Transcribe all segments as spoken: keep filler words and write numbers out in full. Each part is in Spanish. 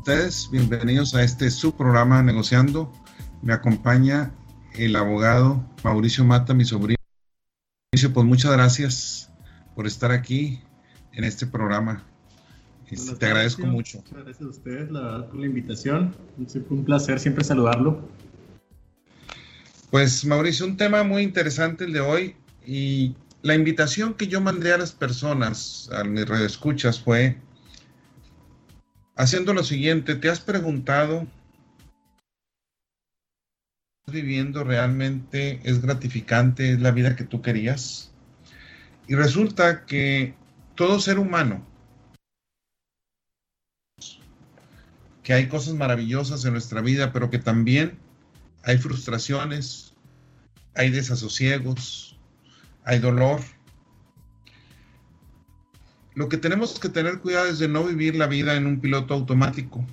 Ustedes, bienvenidos a este subprograma Negociando. Me acompaña el abogado Mauricio Mata, mi sobrino. Mauricio, pues muchas gracias por estar aquí en este programa. Buenas Te agradezco tardes, mucho. Muchas gracias a ustedes, la verdad, por la invitación. Es un placer siempre saludarlo. Pues Mauricio, un tema muy interesante el de hoy, y la invitación que yo mandé a las personas, a mis radioescuchas, fue haciendo lo siguiente. ¿Te has preguntado viviendo realmente es gratificante, es la vida que tú querías? Y resulta que todo ser humano, que hay cosas maravillosas en nuestra vida, pero que también hay frustraciones, hay desasosiegos, hay dolor. Lo que tenemos que tener cuidado es de no vivir la vida en un piloto automático.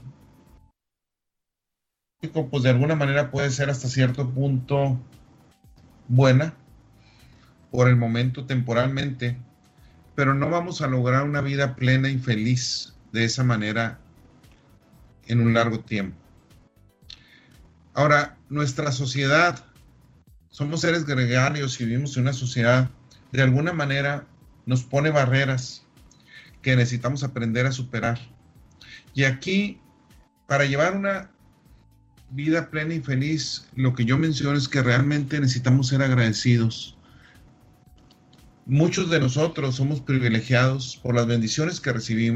Pues de alguna manera puede ser hasta cierto punto buena, por el momento, temporalmente, pero no vamos a lograr una vida plena y feliz de esa manera en un largo tiempo. Ahora, nuestra sociedad, somos seres gregarios y vivimos en una sociedad, de alguna manera nos pone barreras que necesitamos aprender a superar. Y aquí, para llevar una vida plena y feliz, lo que yo menciono es que realmente necesitamos ser agradecidos. Muchos de nosotros somos privilegiados por las bendiciones que recibimos,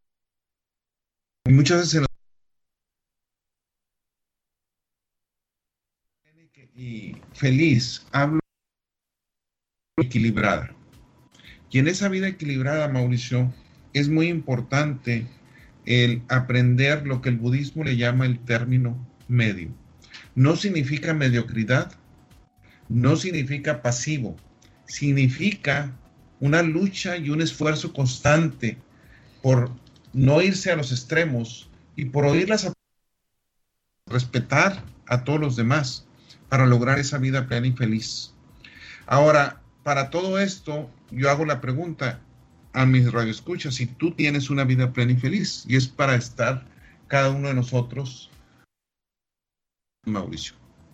y muchas veces nos... y feliz, hablo equilibrada. Y en esa vida equilibrada, Mauricio, es muy importante el aprender lo que el budismo le llama el término medio. No significa mediocridad, no significa pasivo, significa una lucha y un esfuerzo constante por no irse a los extremos y por oírlas, a respetar a todos los demás para lograr esa vida plena y feliz. Ahora, para todo esto, yo hago la pregunta a mis radioescuchas: si tú tienes una vida plena y feliz, y es para estar cada uno de nosotros, Mauricio.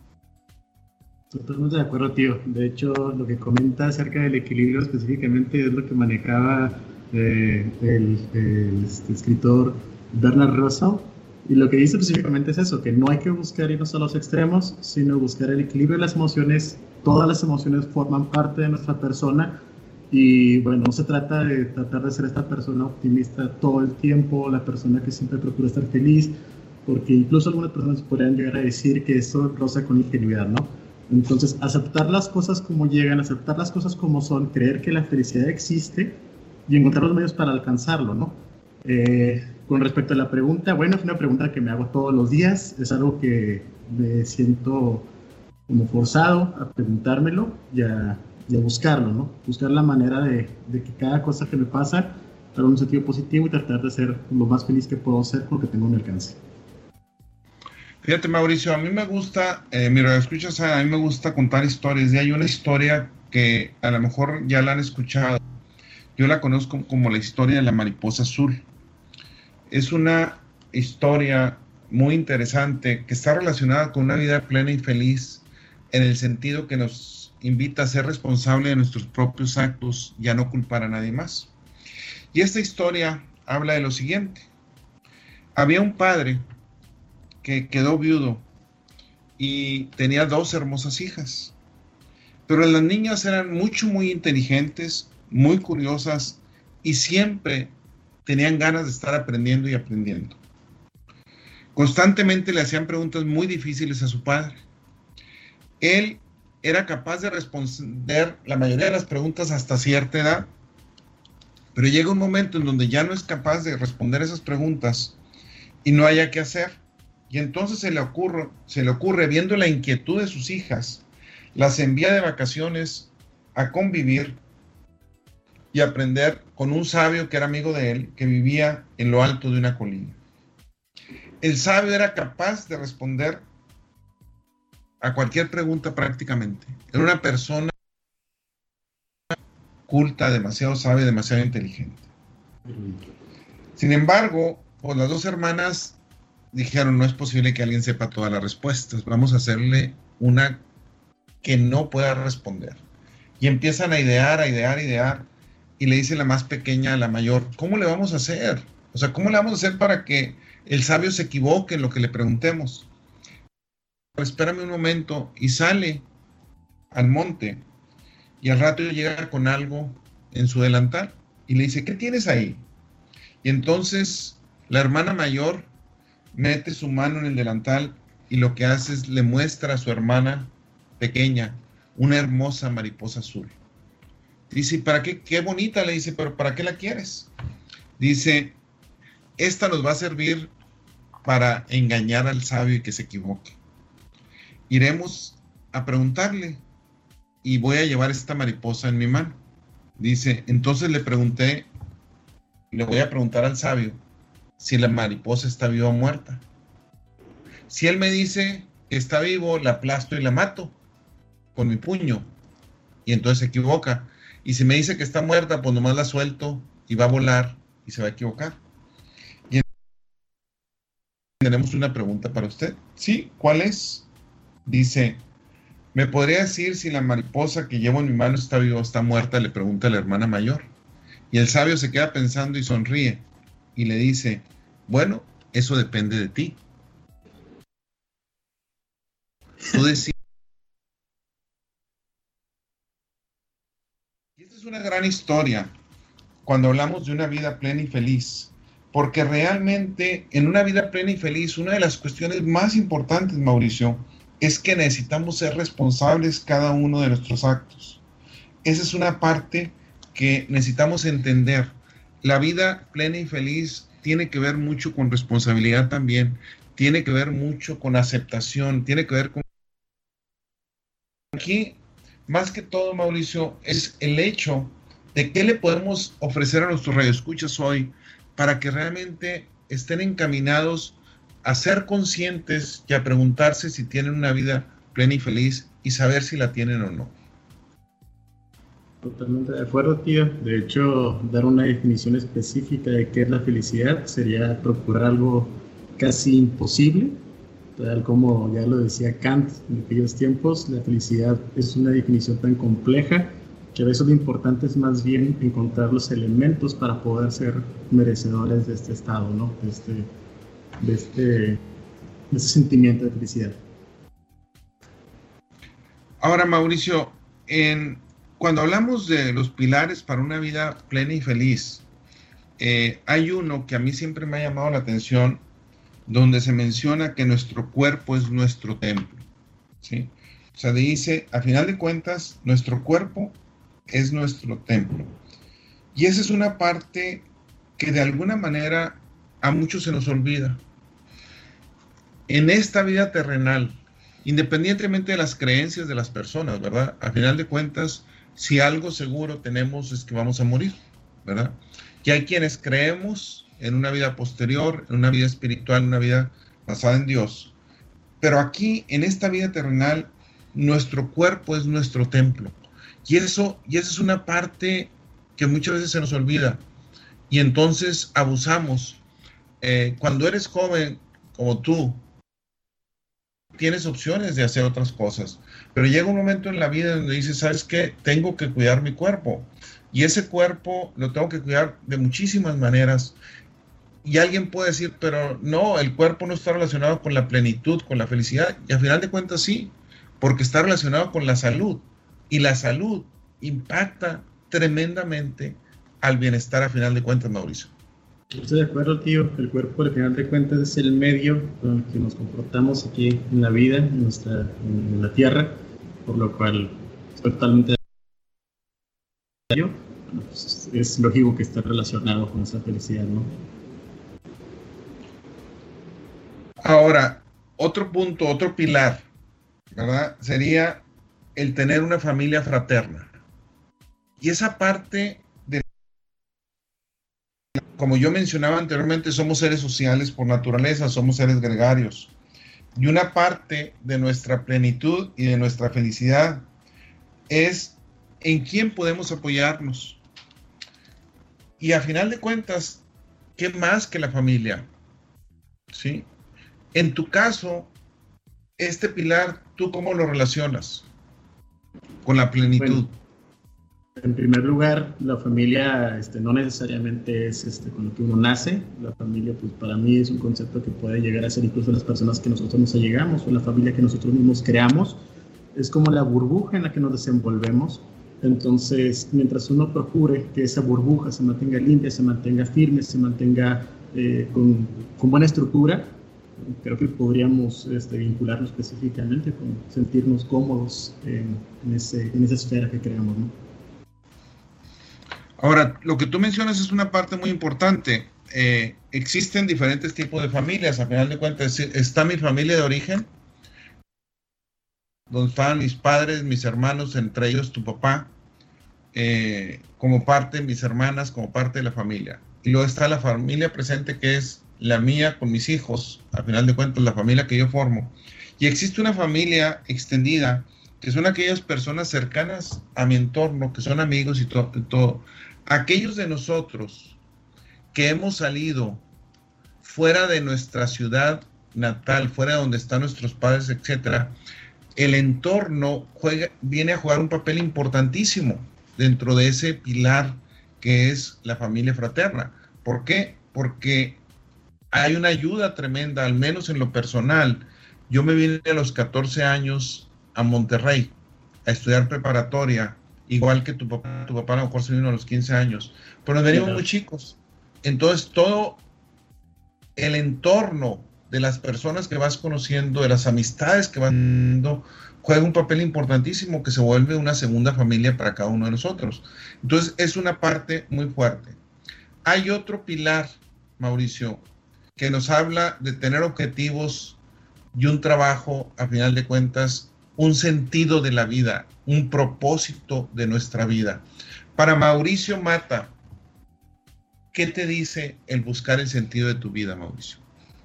Totalmente de acuerdo, tío. De hecho, lo que comenta acerca del equilibrio específicamente es lo que manejaba eh, el, el este escritor Bernard Russell. Y lo que dice específicamente es eso, que no hay que buscar irnos a los extremos, sino buscar el equilibrio de las emociones. Todas las emociones forman parte de nuestra persona. Y bueno, no se trata de tratar de ser esta persona optimista todo el tiempo, la persona que siempre procura estar feliz, porque incluso algunas personas podrían llegar a decir que eso roza con ingenuidad, ¿no? Entonces, aceptar las cosas como llegan, aceptar las cosas como son, creer que la felicidad existe y encontrar los medios para alcanzarlo, ¿no? Eh, con respecto a la pregunta, bueno, es una pregunta que me hago todos los días, es algo que me siento como forzado a preguntármelo y a, y a buscarlo, ¿no? Buscar la manera de, de que cada cosa que me pasa tenga un sentido positivo y tratar de ser lo más feliz que puedo ser con lo que tengo a mi alcance. Fíjate, Mauricio, a mí me gusta, eh, mira, escuchas, a mí me gusta contar historias, y hay una historia que a lo mejor ya la han escuchado. Yo la conozco como la historia de la mariposa azul. Es una historia muy interesante que está relacionada con una vida plena y feliz, en el sentido que nos invita a ser responsables de nuestros propios actos y a no culpar a nadie más. Y esta historia habla de lo siguiente: había un padre que quedó viudo y tenía dos hermosas hijas, pero las niñas eran mucho, muy inteligentes, muy curiosas, y siempre tenían ganas de estar aprendiendo y aprendiendo. Constantemente le hacían preguntas muy difíciles a su padre. Él era capaz de responder la mayoría de las preguntas hasta cierta edad, pero llega un momento en donde ya no es capaz de responder esas preguntas y no haya qué hacer. Y entonces se le ocurre, se le ocurre, viendo la inquietud de sus hijas, las envía de vacaciones a convivir y aprender con un sabio que era amigo de él, que vivía en lo alto de una colina. El sabio era capaz de responder a cualquier pregunta prácticamente. Era una persona culta, demasiado sabia, demasiado inteligente. Sin embargo, pues las dos hermanas dijeron, no es posible que alguien sepa todas las respuestas, vamos a hacerle una que no pueda responder. Y empiezan a idear, a idear, a idear, y le dice la más pequeña a la mayor, ¿cómo le vamos a hacer? O sea, ¿cómo le vamos a hacer para que el sabio se equivoque en lo que le preguntemos? Espérame un momento, y sale al monte, y al rato llega con algo en su delantal, y le dice, ¿qué tienes ahí? Y entonces la hermana mayor mete su mano en el delantal, y lo que hace es le muestra a su hermana pequeña una hermosa mariposa azul. Dice, ¿para qué? Qué bonita, le dice, pero ¿para qué la quieres? Dice, esta nos va a servir para engañar al sabio y que se equivoque. Iremos a preguntarle y voy a llevar esta mariposa en mi mano. Dice, entonces le pregunté, le voy a preguntar al sabio si la mariposa está viva o muerta. Si él me dice que está vivo, la aplasto y la mato con mi puño, y entonces se equivoca. Y si me dice que está muerta, pues nomás la suelto y va a volar y se va a equivocar. Y tenemos una pregunta para usted. ¿Sí? ¿Cuál es? Dice, ¿me podría decir si la mariposa que llevo en mi mano está viva o está muerta? Le pregunta la hermana mayor. Y el sabio se queda pensando y sonríe y le dice, bueno, eso depende de ti. Tú decides. Y esta es una gran historia cuando hablamos de una vida plena y feliz, porque realmente en una vida plena y feliz, una de las cuestiones más importantes, Mauricio, es que necesitamos ser responsables cada uno de nuestros actos. Esa es una parte que necesitamos entender. La vida plena y feliz tiene que ver mucho con responsabilidad también, tiene que ver mucho con aceptación, tiene que ver con... Aquí, más que todo, Mauricio, es el hecho de qué le podemos ofrecer a nuestros radioescuchas hoy para que realmente estén encaminados a ser conscientes y a preguntarse si tienen una vida plena y feliz y saber si la tienen o no. Totalmente de acuerdo, tío. De hecho, dar una definición específica de qué es la felicidad sería procurar algo casi imposible. Tal como ya lo decía Kant en aquellos tiempos, la felicidad es una definición tan compleja que a veces lo importante es más bien encontrar los elementos para poder ser merecedores de este estado, ¿no? De este, de este, de este sentimiento de felicidad. Ahora, Mauricio, en, cuando hablamos de los pilares para una vida plena y feliz, eh, hay uno que a mí siempre me ha llamado la atención, donde se menciona que nuestro cuerpo es nuestro templo, ¿sí? O sea, dice, a final de cuentas, nuestro cuerpo es nuestro templo. Y esa es una parte que de alguna manera a muchos se nos olvida. En esta vida terrenal, independientemente de las creencias de las personas, ¿verdad? A final de cuentas, si algo seguro tenemos es que vamos a morir, ¿verdad? Y hay quienes creemos en una vida posterior, en una vida espiritual, en una vida basada en Dios. Pero aquí, en esta vida terrenal, nuestro cuerpo es nuestro templo. Y eso, y eso es una parte que muchas veces se nos olvida. Y entonces abusamos. Eh, cuando eres joven, como tú, tienes opciones de hacer otras cosas. Pero llega un momento en la vida donde dices, ¿sabes qué? Tengo que cuidar mi cuerpo. Y ese cuerpo lo tengo que cuidar de muchísimas maneras. Y alguien puede decir, pero no, el cuerpo no está relacionado con la plenitud, con la felicidad. Y al final de cuentas sí, porque está relacionado con la salud. Y la salud impacta tremendamente al bienestar a final de cuentas, Mauricio. Estoy de acuerdo, tío. El cuerpo al final de cuentas es el medio con el que nos comportamos aquí en la vida, en, nuestra, en la tierra, por lo cual estoy totalmente de acuerdo. Pues es lógico que esté relacionado con esa felicidad, ¿no? Ahora, otro punto, otro pilar, ¿verdad? Sería el tener una familia fraterna. Y esa parte de, como yo mencionaba anteriormente, somos seres sociales por naturaleza, somos seres gregarios. Y una parte de nuestra plenitud y de nuestra felicidad es en quién podemos apoyarnos. Y a final de cuentas, ¿qué más que la familia? ¿Sí? En tu caso, este pilar, ¿tú cómo lo relacionas con la plenitud? Bueno, en primer lugar, la familia este, no necesariamente es este, con lo que uno nace. La familia, pues para mí es un concepto que puede llegar a ser incluso las personas que nosotros nos allegamos o la familia que nosotros mismos creamos. Es como la burbuja en la que nos desenvolvemos. Entonces, mientras uno procure que esa burbuja se mantenga limpia, se mantenga firme, se mantenga eh, con, con buena estructura, creo que podríamos este, vincularlo específicamente con sentirnos cómodos en, en, ese, en esa esfera que creamos, ¿no? Ahora, lo que tú mencionas es una parte muy importante. Eh, existen diferentes tipos de familias. A final de cuentas, está mi familia de origen, donde estaban mis padres, mis hermanos, entre ellos tu papá, eh, como parte, mis hermanas, como parte de la familia. Y luego está la familia presente, que es la mía con mis hijos, a final de cuentas, la familia que yo formo. Y existe una familia extendida, que son aquellas personas cercanas a mi entorno, que son amigos y to- todo. Aquellos de nosotros que hemos salido fuera de nuestra ciudad natal, fuera de donde están nuestros padres, etcétera, el entorno juega, viene a jugar un papel importantísimo dentro de ese pilar que es la familia fraterna. ¿Por qué? Porque hay una ayuda tremenda, al menos en lo personal. Yo me vine a los catorce años a Monterrey a estudiar preparatoria, igual que tu papá, tu papá a lo mejor se vino a los quince años, pero nos venimos muy chicos. Entonces todo el entorno de las personas que vas conociendo, de las amistades que vas teniendo, juega un papel importantísimo que se vuelve una segunda familia para cada uno de nosotros. Entonces es una parte muy fuerte. Hay otro pilar, Mauricio, que nos habla de tener objetivos y un trabajo, a final de cuentas, un sentido de la vida, un propósito de nuestra vida. Para Mauricio Mata, ¿qué te dice el buscar el sentido de tu vida, Mauricio?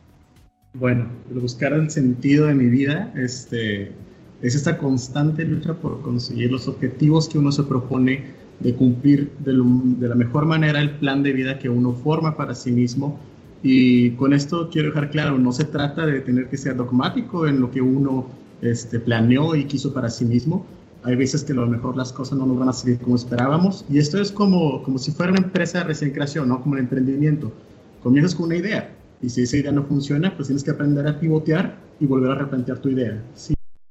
Bueno, el buscar el sentido de mi vida este, es esta constante lucha por conseguir los objetivos que uno se propone, de cumplir de, lo, de la mejor manera el plan de vida que uno forma para sí mismo. Y con esto quiero dejar claro, no se trata de tener que ser dogmático en lo que uno este, planeó y quiso para sí mismo. Hay veces que a lo mejor las cosas no nos van a salir como esperábamos, y esto es como, como si fuera una empresa de recién creación, ¿no? Como el emprendimiento. Comienzas con una idea, y si esa idea no funciona, pues tienes que aprender a pivotear y volver a replantear tu idea. Sí,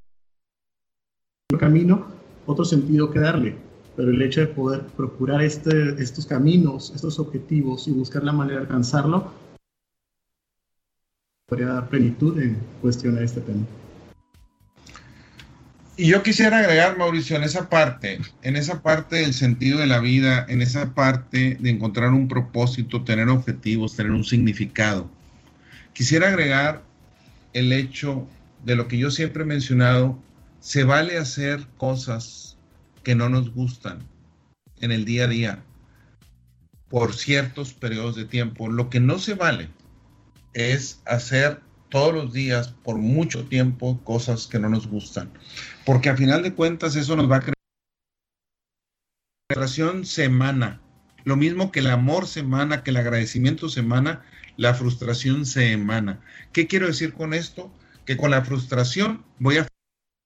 otro camino, otro sentido que darle, pero el hecho de poder procurar este, estos caminos, estos objetivos y buscar la manera de alcanzarlo, podría dar plenitud en cuestionar este tema. Y yo quisiera agregar, Mauricio, en esa parte, en esa parte del sentido de la vida, en esa parte de encontrar un propósito, tener objetivos, tener un significado. Quisiera agregar el hecho de lo que yo siempre he mencionado: se vale hacer cosas que no nos gustan en el día a día por ciertos periodos de tiempo. Lo que no se vale es hacer todos los días, por mucho tiempo, cosas que no nos gustan. Porque a final de cuentas eso nos va a crear. La frustración se emana. Lo mismo que el amor se emana, que el agradecimiento se emana, la frustración se emana. ¿Qué quiero decir con esto? Que con la frustración voy a...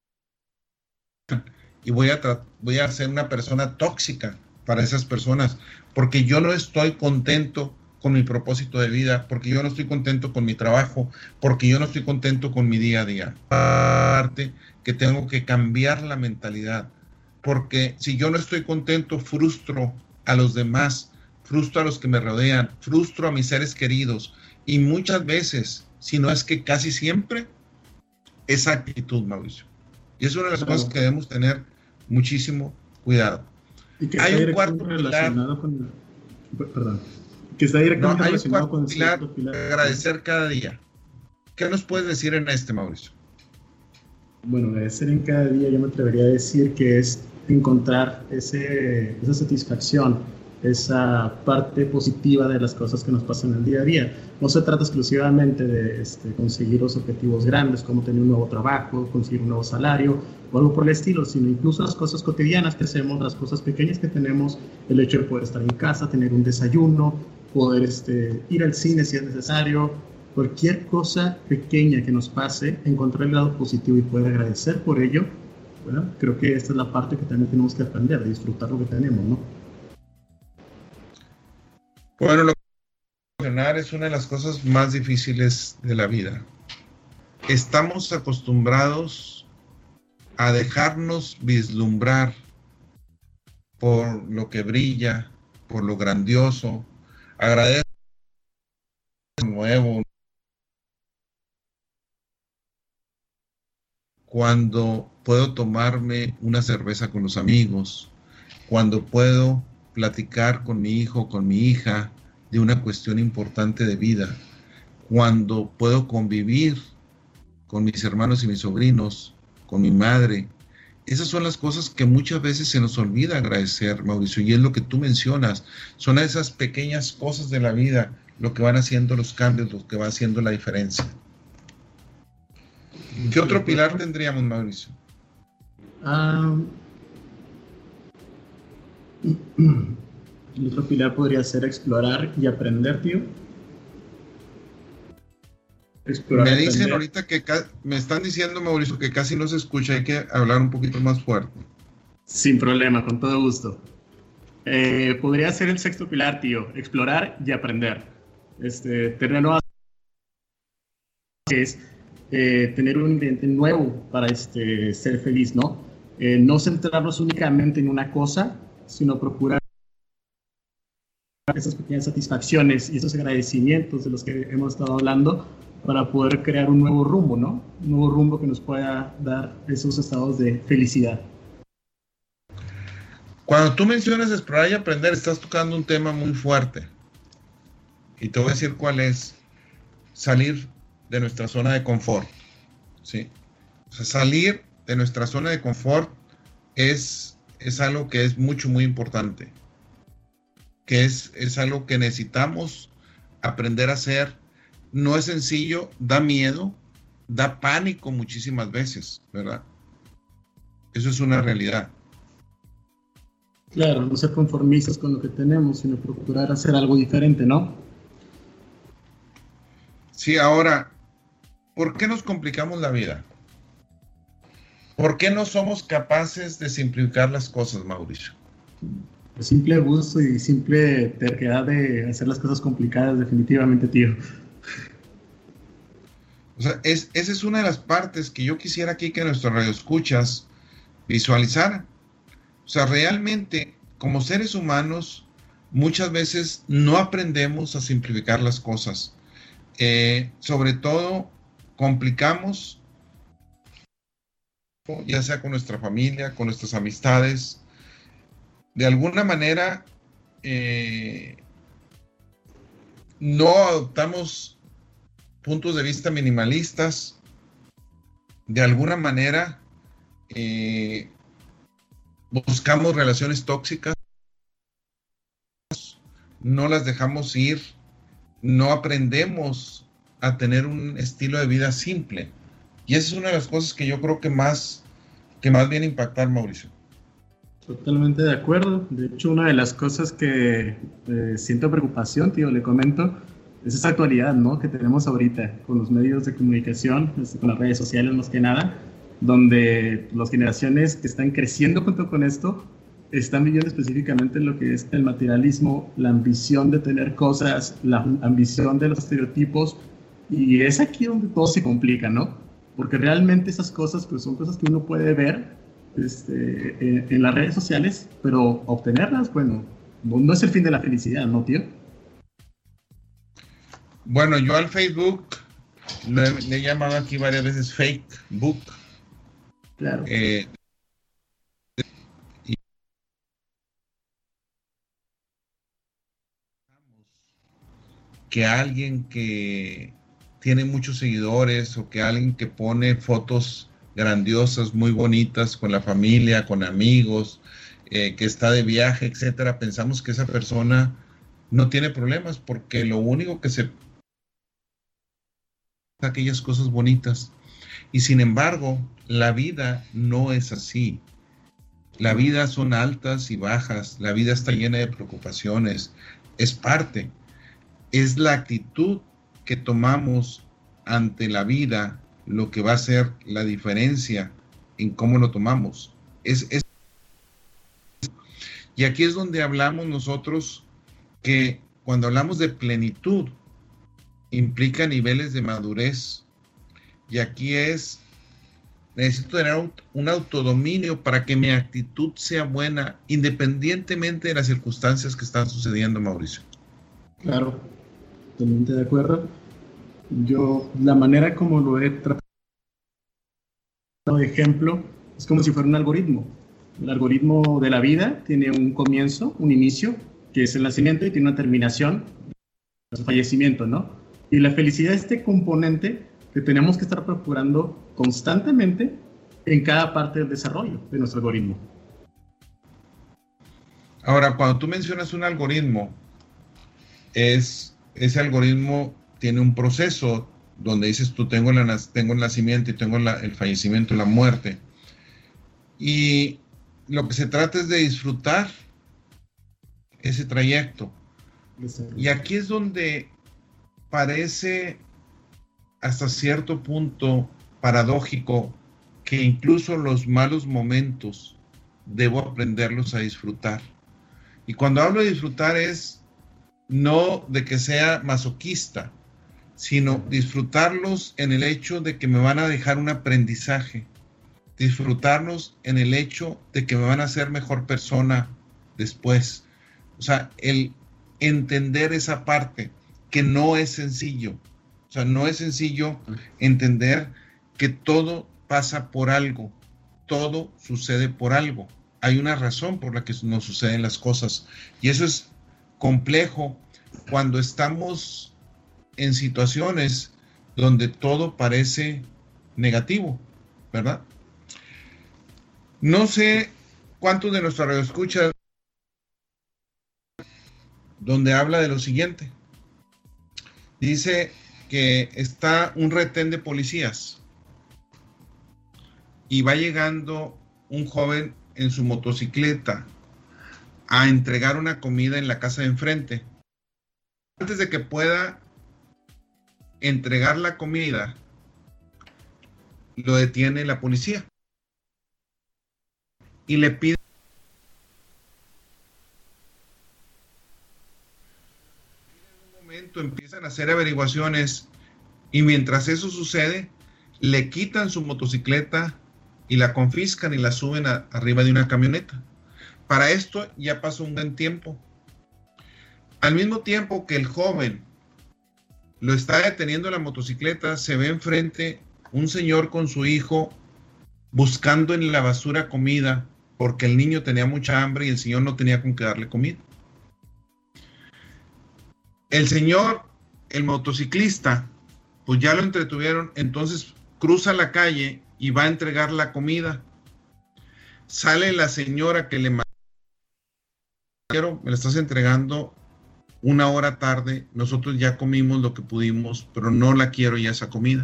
y voy a, voy a ser una persona tóxica para esas personas, porque yo no estoy contento con mi propósito de vida, porque yo no estoy contento con mi trabajo, porque yo no estoy contento con mi día a día. Aparte que tengo que cambiar la mentalidad, porque si yo no estoy contento, frustro a los demás, frustro a los que me rodean, frustro a mis seres queridos, y muchas veces, si no es que casi siempre, esa actitud, Mauricio. Y es una de las claro. cosas que debemos tener muchísimo cuidado. Y que hay un cuarto pilar. Con el, perdón. Que está directamente no, hay relacionado un cuarto con el pilar, pilar. Agradecer cada día. ¿Qué nos puedes decir en este, Mauricio? Bueno, agradecer en cada día, yo me atrevería a decir que es encontrar ese, esa satisfacción, esa parte positiva de las cosas que nos pasan en el día a día. No se trata exclusivamente de este, conseguir los objetivos grandes, como tener un nuevo trabajo, conseguir un nuevo salario o algo por el estilo, sino incluso las cosas cotidianas que hacemos, las cosas pequeñas que tenemos, el hecho de poder estar en casa, tener un desayuno, poder este, ir al cine si es necesario, cualquier cosa pequeña que nos pase, encontrar el lado positivo y poder agradecer por ello, bueno, creo que esta es la parte que también tenemos que aprender, de disfrutar lo que tenemos, ¿no? Bueno, lo que mencionar es una de las cosas más difíciles de la vida. Estamos acostumbrados a dejarnos vislumbrar por lo que brilla, por lo grandioso. Agradezco de nuevo cuando puedo tomarme una cerveza con los amigos, cuando puedo platicar con mi hijo, con mi hija, de una cuestión importante de vida, cuando puedo convivir con mis hermanos y mis sobrinos, con mi madre. Esas son las cosas que muchas veces se nos olvida agradecer, Mauricio, y es lo que tú mencionas. Son esas pequeñas cosas de la vida lo que van haciendo los cambios, lo que va haciendo la diferencia. ¿Qué otro pilar tendríamos, Mauricio? Um, el otro pilar podría ser explorar y aprender, tío. Explorar, me dicen aprender. Ahorita que me están diciendo, Mauricio, que casi no se escucha, hay que hablar un poquito más fuerte. Sin problema, con todo gusto. Eh, podría ser el sexto pilar, tío, explorar y aprender. Este, tener nuevas es eh, tener un ingrediente nuevo para este, ser feliz, ¿no? Eh, no centrarnos únicamente en una cosa, sino procurar esas pequeñas satisfacciones y esos agradecimientos de los que hemos estado hablando para poder crear un nuevo rumbo, ¿no? Un nuevo rumbo que nos pueda dar esos estados de felicidad. Cuando tú mencionas explorar y aprender, estás tocando un tema muy fuerte. Y te voy a decir cuál es. Salir de nuestra zona de confort. ¿Sí? O sea, salir de nuestra zona de confort es, es algo que es mucho, muy importante. Que es, es algo que necesitamos aprender a hacer. No es sencillo, da miedo, da pánico muchísimas veces, ¿verdad? Eso es una realidad. Claro, no ser conformistas con lo que tenemos, sino procurar hacer algo diferente, ¿no? Sí, ahora, ¿por qué nos complicamos la vida? ¿Por qué no somos capaces de simplificar las cosas, Mauricio? El simple gusto y simple terquedad de hacer las cosas complicadas, definitivamente, tío. O sea, es, esa es una de las partes que yo quisiera aquí que nuestros radioescuchas visualizaran. O sea, realmente, como seres humanos, muchas veces no aprendemos a simplificar las cosas. Eh, sobre todo, complicamos, ya sea con nuestra familia, con nuestras amistades. De alguna manera, eh, no adoptamos puntos de vista minimalistas. De alguna manera, eh, buscamos relaciones tóxicas, no las dejamos ir, no aprendemos a tener un estilo de vida simple. Y esa es una de las cosas que yo creo que más, que más viene a impactar, Mauricio. Totalmente de acuerdo. De hecho, una de las cosas que eh, siento preocupación, tío, le comento, es esa actualidad, ¿no?, que tenemos ahorita con los medios de comunicación, con las redes sociales más que nada, donde las generaciones que están creciendo junto con esto están viviendo específicamente lo que es el materialismo, la ambición de tener cosas, la ambición de los estereotipos, y es aquí donde todo se complica, ¿no? Porque realmente esas cosas pues son cosas que uno puede ver este, en, en las redes sociales, pero obtenerlas, bueno, no, no es el fin de la felicidad, ¿no, tío? Bueno, yo al Facebook le, le he llamado aquí varias veces fake book. Claro. Eh, y que alguien que tiene muchos seguidores o que alguien que pone fotos grandiosas, muy bonitas con la familia, con amigos, eh, que está de viaje, etcétera, pensamos que esa persona no tiene problemas porque lo único que se aquellas cosas bonitas. Y sin embargo, la vida no es así. La vida son altas y bajas, la vida está llena de preocupaciones, es parte, es la actitud que tomamos ante la vida lo que va a ser la diferencia en cómo lo tomamos. Es, es... Y aquí es donde hablamos nosotros que cuando hablamos de plenitud, implica niveles de madurez. Y aquí es, necesito tener un autodominio para que mi actitud sea buena, independientemente de las circunstancias que están sucediendo, Mauricio. Claro, totalmente de acuerdo. Yo, la manera como lo he tratado de ejemplo, es como si fuera un algoritmo. El algoritmo de la vida tiene un comienzo, un inicio, que es el nacimiento, y tiene una terminación, el fallecimiento, ¿no? Y la felicidad es este componente que tenemos que estar procurando constantemente en cada parte del desarrollo de nuestro algoritmo. Ahora, cuando tú mencionas un algoritmo, es, ese algoritmo tiene un proceso donde dices tú, tengo, la, tengo el nacimiento y tengo la, el fallecimiento, la muerte. Y lo que se trata es de disfrutar ese trayecto. Y aquí es donde parece hasta cierto punto paradójico que incluso los malos momentos debo aprenderlos a disfrutar. Y cuando hablo de disfrutar es no de que sea masoquista, sino disfrutarlos en el hecho de que me van a dejar un aprendizaje, disfrutarlos en el hecho de que me van a hacer mejor persona después. O sea, el entender esa parte que no es sencillo. O sea, no es sencillo entender que todo pasa por algo, todo sucede por algo. Hay una razón por la que nos suceden las cosas. Y eso es complejo cuando estamos en situaciones donde todo parece negativo, ¿verdad? No sé cuántos de nuestros radioescuchas donde habla de lo siguiente. Dice que está un retén de policías y va llegando un joven en su motocicleta a entregar una comida en la casa de enfrente. Antes de que pueda entregar la comida, lo detiene la policía y le pide empiezan a hacer averiguaciones y mientras eso sucede le quitan su motocicleta y la confiscan y la suben a, arriba de una camioneta. Para esto ya pasó un buen tiempo. Al mismo tiempo que el joven lo está deteniendo la motocicleta, se ve enfrente un señor con su hijo buscando en la basura comida porque el niño tenía mucha hambre y el señor no tenía con qué darle comida. El señor, el motociclista, pues ya lo entretuvieron, entonces cruza la calle y va a entregar la comida. Sale la señora que le mandó, me la estás entregando una hora tarde, nosotros ya comimos lo que pudimos, pero no la quiero ya esa comida.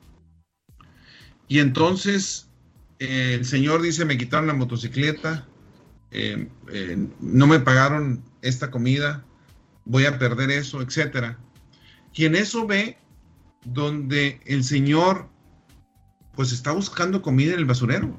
Y entonces eh, el señor dice, me quitaron la motocicleta, eh, eh, no me pagaron esta comida, voy a perder eso, etcétera. Y en eso ve donde el señor pues está buscando comida en el basurero.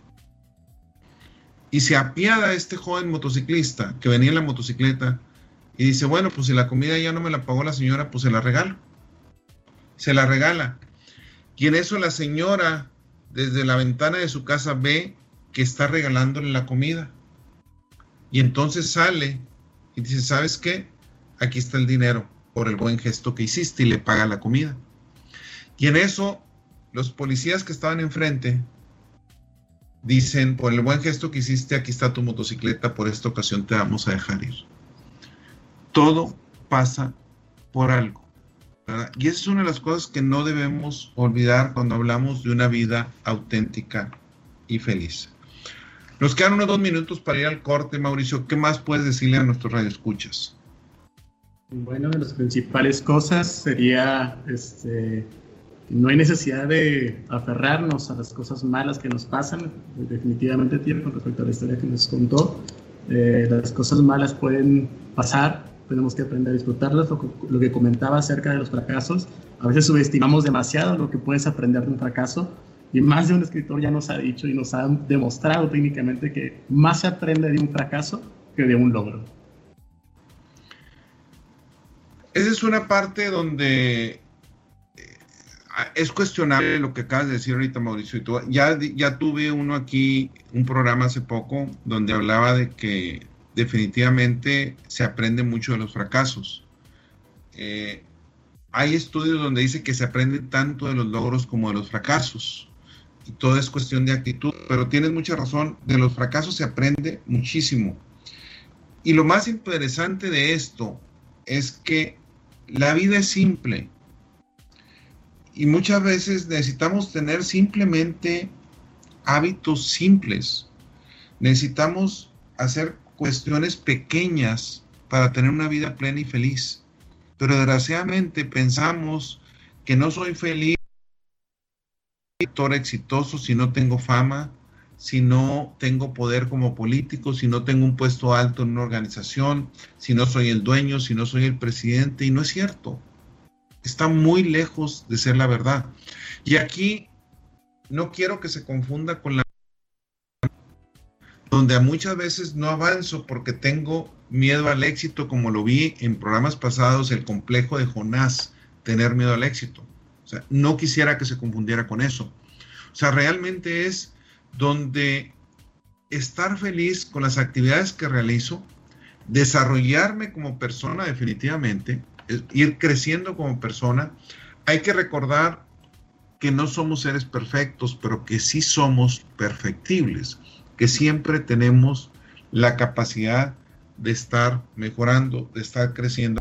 Y se apiada a este joven motociclista que venía en la motocicleta y dice, bueno, pues si la comida ya no me la pagó la señora, pues se la regalo. Se la regala. Y en eso la señora desde la ventana de su casa ve que está regalándole la comida. Y entonces sale y dice, ¿sabes qué? Aquí está el dinero por el buen gesto que hiciste, y le paga la comida. Y en eso los policías que estaban enfrente dicen, por el buen gesto que hiciste, aquí está tu motocicleta, por esta ocasión te vamos a dejar ir. Todo pasa por algo, ¿verdad? Y esa es una de las cosas que no debemos olvidar cuando hablamos de una vida auténtica y feliz. Nos quedan unos dos minutos para ir al corte, Mauricio. ¿Qué más puedes decirle a nuestros radioescuchas? Bueno, de las principales cosas sería, este, no hay necesidad de aferrarnos a las cosas malas que nos pasan. Definitivamente, tío, con respecto a la historia que nos contó, eh, las cosas malas pueden pasar, tenemos que aprender a disfrutarlas. Lo, lo que comentaba acerca de los fracasos, a veces subestimamos demasiado lo que puedes aprender de un fracaso, y más de un escritor ya nos ha dicho y nos ha demostrado técnicamente que más se aprende de un fracaso que de un logro. Esa es una parte donde es cuestionable lo que acabas de decir ahorita, Mauricio. Y tú, ya, ya tuve uno aquí, un programa hace poco, donde hablaba de que definitivamente se aprende mucho de los fracasos. Eh, hay estudios donde dice que se aprende tanto de los logros como de los fracasos. Y todo es cuestión de actitud. Pero tienes mucha razón, de los fracasos se aprende muchísimo. Y lo más interesante de esto es que la vida es simple. Y muchas veces necesitamos tener simplemente hábitos simples. Necesitamos hacer cuestiones pequeñas para tener una vida plena y feliz. Pero desgraciadamente pensamos que no soy feliz, actor exitoso, si no tengo fama, si no tengo poder como político, si no tengo un puesto alto en una organización, si no soy el dueño, si no soy el presidente. Y no es cierto. Está muy lejos de ser la verdad. Y aquí no quiero que se confunda con la donde muchas veces no avanzo porque tengo miedo al éxito, como lo vi en programas pasados, el complejo de Jonás, tener miedo al éxito. O sea, no quisiera que se confundiera con eso. O sea, realmente es donde estar feliz con las actividades que realizo, desarrollarme como persona definitivamente, ir creciendo como persona. Hay que recordar que no somos seres perfectos, pero que sí somos perfectibles, que siempre tenemos la capacidad de estar mejorando, de estar creciendo.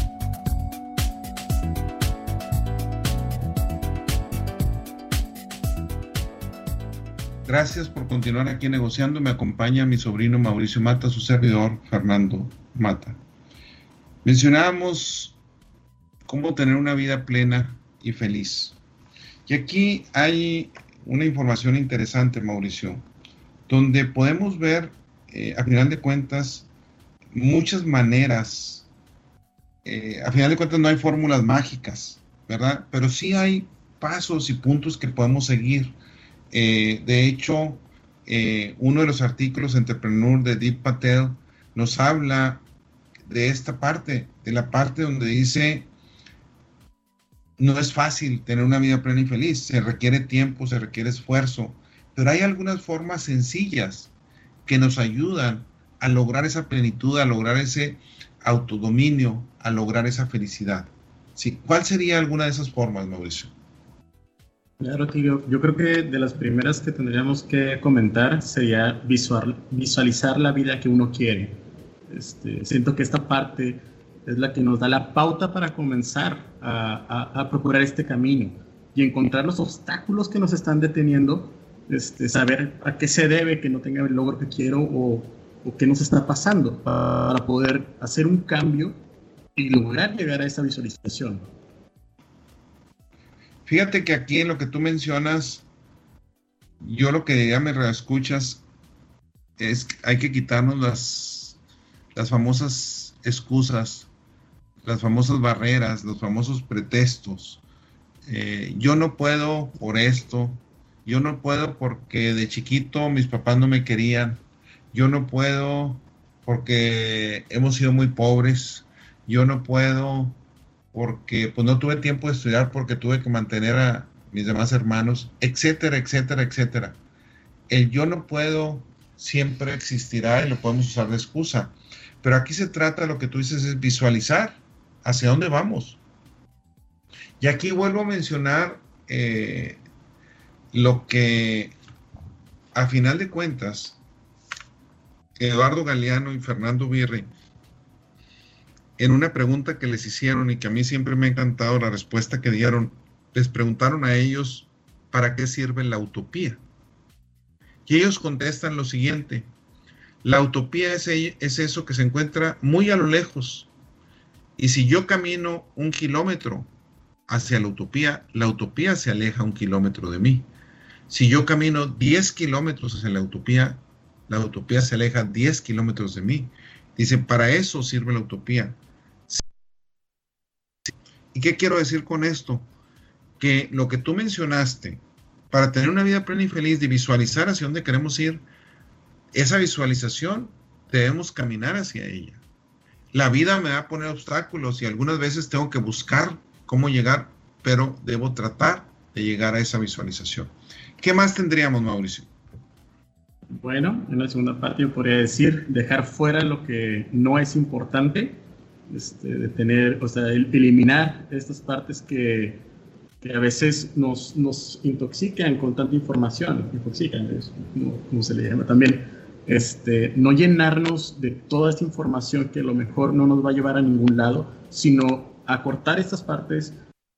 Gracias por continuar aquí negociando. Me acompaña mi sobrino Mauricio Mata, su servidor Fernando Mata. Mencionábamos cómo tener una vida plena y feliz. Y aquí hay una información interesante, Mauricio, donde podemos ver, eh, a final de cuentas, muchas maneras. Eh, a final de cuentas no hay fórmulas mágicas, ¿verdad? Pero sí hay pasos y puntos que podemos seguir. Eh, de hecho, eh, uno de los artículos Entrepreneur de Deep Patel nos habla de esta parte, de la parte donde dice, no es fácil tener una vida plena y feliz, se requiere tiempo, se requiere esfuerzo, pero hay algunas formas sencillas que nos ayudan a lograr esa plenitud, a lograr ese autodominio, a lograr esa felicidad. ¿Sí? ¿Cuál sería alguna de esas formas, Mauricio? Claro, tío. Yo creo que de las primeras que tendríamos que comentar sería visual, visualizar la vida que uno quiere. Este, siento que esta parte es la que nos da la pauta para comenzar a, a, a procurar este camino y encontrar los obstáculos que nos están deteniendo, este, saber a qué se debe que no tenga el logro que quiero o, o qué nos está pasando para poder hacer un cambio y lograr llegar a esa visualización. Fíjate que aquí en lo que tú mencionas, yo lo que ya me reescuchas es que hay que quitarnos las, las famosas excusas, las famosas barreras, los famosos pretextos. Eh, yo no puedo por esto, yo no puedo porque de chiquito mis papás no me querían, yo no puedo porque hemos sido muy pobres, yo no puedo porque pues no tuve tiempo de estudiar porque tuve que mantener a mis demás hermanos, etcétera, etcétera, etcétera. El yo no puedo siempre existirá y lo podemos usar de excusa. Pero aquí se trata, lo que tú dices es visualizar hacia dónde vamos. Y aquí vuelvo a mencionar eh, lo que a final de cuentas Eduardo Galeano y Fernando Birri, en una pregunta que les hicieron y que a mí siempre me ha encantado la respuesta que dieron, les preguntaron a ellos ¿para qué sirve la utopía? Y ellos contestan lo siguiente: la utopía es, es eso que se encuentra muy a lo lejos, y si yo camino un kilómetro hacia la utopía, la utopía se aleja un kilómetro de mí. Si yo camino diez kilómetros hacia la utopía, la utopía se aleja diez kilómetros de mí. Dicen, para eso sirve la utopía, ¿Y qué quiero decir con esto? Que lo que tú mencionaste, para tener una vida plena y feliz, de visualizar hacia dónde queremos ir, esa visualización debemos caminar hacia ella. La vida me va a poner obstáculos y algunas veces tengo que buscar cómo llegar, pero debo tratar de llegar a esa visualización. ¿Qué más tendríamos, Mauricio? Bueno, en la segunda parte yo podría decir dejar fuera lo que no es importante, este, de tener, o sea, eliminar estas partes que, que a veces nos, nos intoxican con tanta información, intoxican, es como, como se le llama también, este, no llenarnos de toda esta información que a lo mejor no nos va a llevar a ningún lado, sino acortar estas partes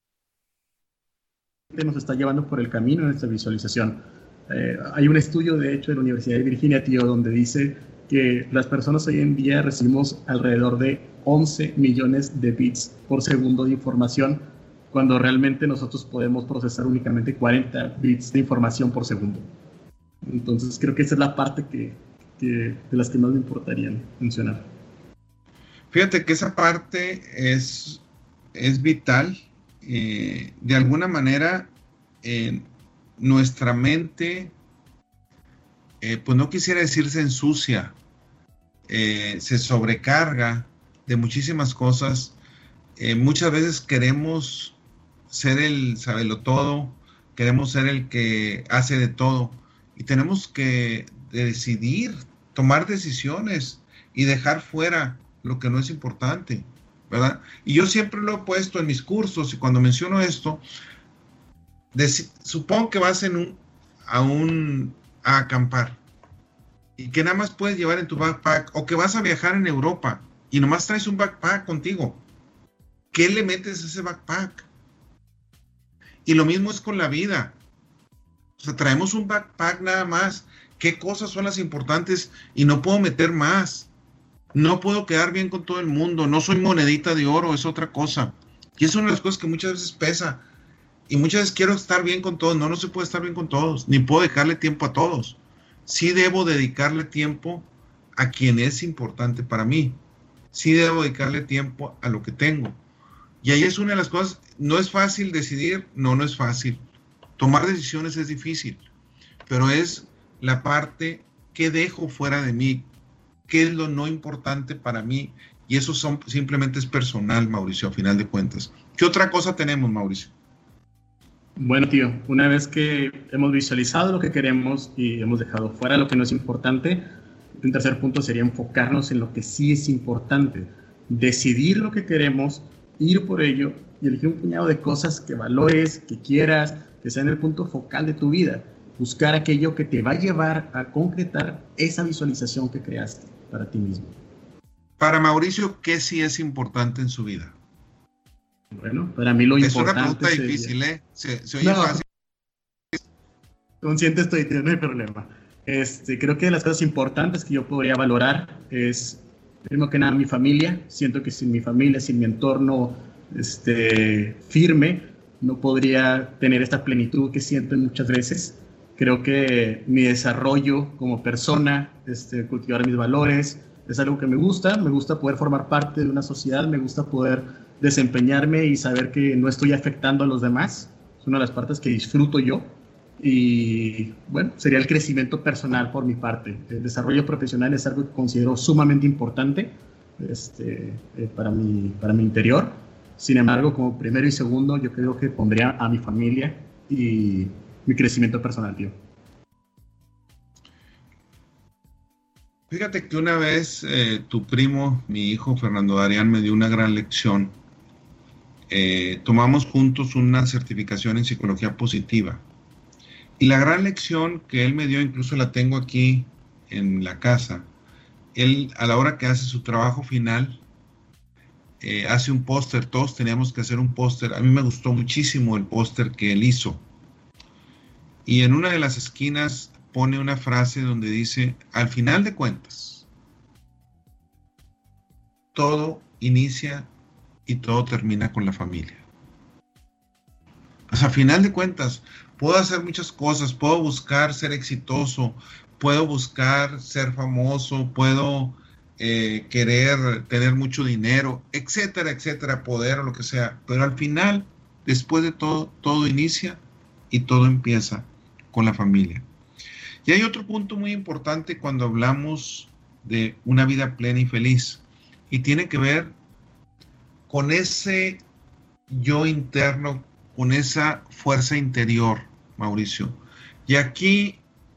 que nos está llevando por el camino en esta visualización. Eh, hay un estudio, de hecho, de la Universidad de Virginia, tío, donde dice que las personas hoy en día recibimos alrededor de once millones de bits por segundo de información, cuando realmente nosotros podemos procesar únicamente cuarenta bits de información por segundo. Entonces creo que esa es la parte que, que, de las que más me importarían mencionar. Fíjate que esa parte es, es vital. Eh, de alguna manera, eh, nuestra mente, eh, pues no quisiera decir se ensucia, eh, se sobrecarga de muchísimas cosas. Eh, muchas veces queremos ser el sabelotodo, queremos ser el que hace de todo, y tenemos que decidir, tomar decisiones y dejar fuera lo que no es importante, ¿verdad? Y yo siempre lo he puesto en mis cursos, y cuando menciono esto, dec- supongo que vas en un, a un a acampar y que nada más puedes llevar en tu backpack, o que vas a viajar en Europa y nomás traes un backpack contigo. ¿Qué le metes a ese backpack? Y lo mismo es con la vida. O sea, traemos un backpack nada más. ¿Qué cosas son las importantes? Y no puedo meter más. No puedo quedar bien con todo el mundo. No soy monedita de oro, es otra cosa. Y es una de las cosas que muchas veces pesa. Y muchas veces quiero estar bien con todos. No, no se puede estar bien con todos. Ni puedo dejarle tiempo a todos. Sí debo dedicarle tiempo a quien es importante para mí. Sí debo dedicarle tiempo a lo que tengo. Y ahí es una de las cosas. No es fácil decidir. No, no es fácil. Tomar decisiones es difícil. Pero es la parte que dejo fuera de mí. ¿Qué es lo no importante para mí? Y eso son, simplemente es personal, Mauricio, a final de cuentas. ¿Qué otra cosa tenemos, Mauricio? Bueno, tío, una vez que hemos visualizado lo que queremos y hemos dejado fuera lo que no es importante, un tercer punto sería enfocarnos en lo que sí es importante. Decidir lo que queremos, ir por ello y elegir un puñado de cosas que valores, que quieras, que sean el punto focal de tu vida. Buscar aquello que te va a llevar a concretar esa visualización que creaste para ti mismo. Para Mauricio, ¿qué sí es importante en su vida? Bueno, para mí lo es importante una pregunta sería... difícil, ¿eh? Se, se oye no, fácil. Consciente estoy, tío, no hay problema. Este, creo que de las cosas importantes que yo podría valorar es, primero que nada, mi familia. Siento que sin mi familia, sin mi entorno este, firme, no podría tener esta plenitud que siento muchas veces. Creo que mi desarrollo como persona, este, cultivar mis valores, es algo que me gusta. Me gusta poder formar parte de una sociedad, me gusta poder desempeñarme y saber que no estoy afectando a los demás. Es una de las partes que disfruto yo. Y bueno, sería el crecimiento personal por mi parte. El desarrollo profesional es algo que considero sumamente importante este, eh, para, mi, para mi interior. Sin embargo, como primero y segundo, yo creo que pondría a mi familia y mi crecimiento personal, tío. Fíjate que una vez eh, tu primo, mi hijo Fernando Darián, me dio una gran lección. Eh, tomamos juntos una certificación en psicología positiva. Y la gran lección que él me dio, incluso la tengo aquí en la casa, él a la hora que hace su trabajo final, eh, hace un póster. Todos teníamos que hacer un póster. A mí me gustó muchísimo el póster que él hizo. Y en una de las esquinas pone una frase donde dice, al final de cuentas, todo inicia y todo termina con la familia. Pues a final de cuentas, puedo hacer muchas cosas, puedo buscar ser exitoso, puedo buscar ser famoso, puedo eh, querer tener mucho dinero, etcétera, etcétera, poder o lo que sea. Pero al final, después de todo, todo inicia y todo empieza con la familia. Y hay otro punto muy importante cuando hablamos de una vida plena y feliz, y tiene que ver con ese yo interno, con esa fuerza interior, Mauricio. Y aquí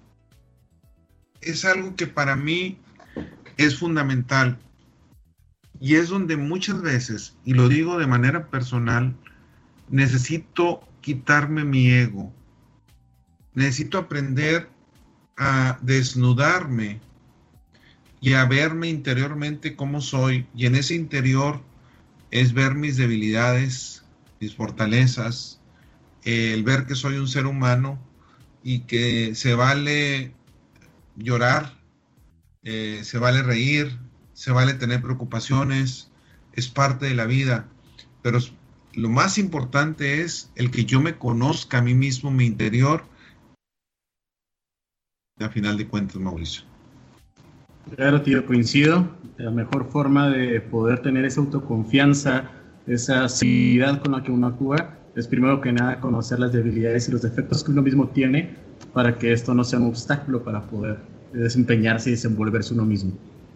es algo que para mí es fundamental, y es donde muchas veces, y lo digo de manera personal, necesito quitarme mi ego, necesito aprender a desnudarme y a verme interiormente como soy, y en ese interior es ver mis debilidades, mis fortalezas, el ver que soy un ser humano y que se vale llorar, eh, se vale reír, se vale tener preocupaciones, es parte de la vida, pero lo más importante es el que yo me conozca a mí mismo, mi interior, a final de cuentas, Mauricio. Claro, tío, coincido. La mejor forma de poder tener esa autoconfianza, esa seguridad con la que uno actúa, es primero que nada conocer las debilidades y los defectos que uno mismo tiene para que esto no sea un obstáculo para poder desempeñarse y desenvolverse uno mismo.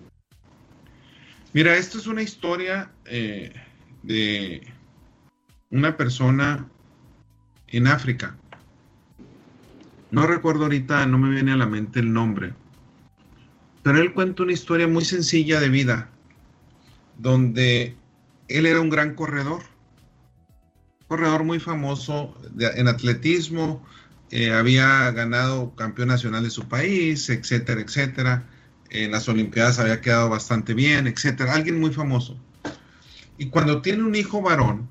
Mira, esto es una historia eh, de una persona en África. No recuerdo ahorita, no me viene a la mente el nombre, pero él cuenta una historia muy sencilla de vida, donde él era un gran corredor, corredor muy famoso de, en atletismo, eh, había ganado campeón nacional de su país, etcétera, etcétera. En las Olimpiadas había quedado bastante bien, etcétera. Alguien muy famoso. Y cuando tiene un hijo varón,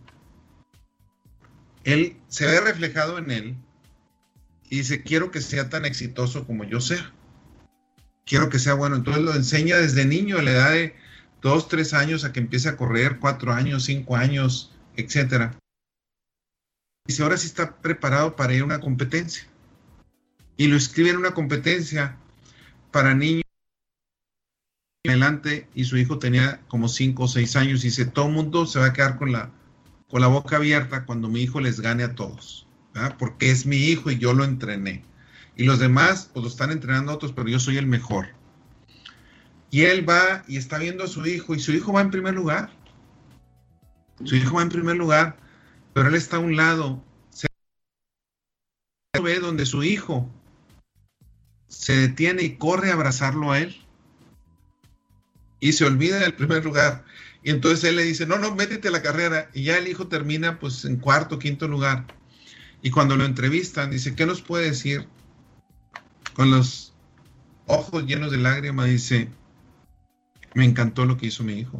él se ve reflejado en él y dice, quiero que sea tan exitoso como yo sea. Quiero que sea bueno. Entonces lo enseña desde niño, a la edad de dos, tres años, a que empiece a correr, cuatro años, cinco años, etcétera. Dice, ahora sí está preparado para ir a una competencia. Y lo escribe en una competencia para niños adelante, y su hijo tenía como cinco o seis años. Y dice, todo el mundo se va a quedar con la, con la boca abierta cuando mi hijo les gane a todos, ¿verdad? Porque es mi hijo y yo lo entrené. Y los demás, pues lo están entrenando a otros, pero yo soy el mejor. Y él va y está viendo a su hijo, y su hijo va en primer lugar. Su hijo va en primer lugar, pero él está a un lado. Se ve donde su hijo se detiene y corre a abrazarlo a él. Y se olvida del primer lugar. Y entonces él le dice, no, no, métete a la carrera. Y ya el hijo termina pues en cuarto, quinto lugar. Y cuando lo entrevistan, dice, ¿qué nos puede decir? Con los ojos llenos de lágrimas, dice, me encantó lo que hizo mi hijo.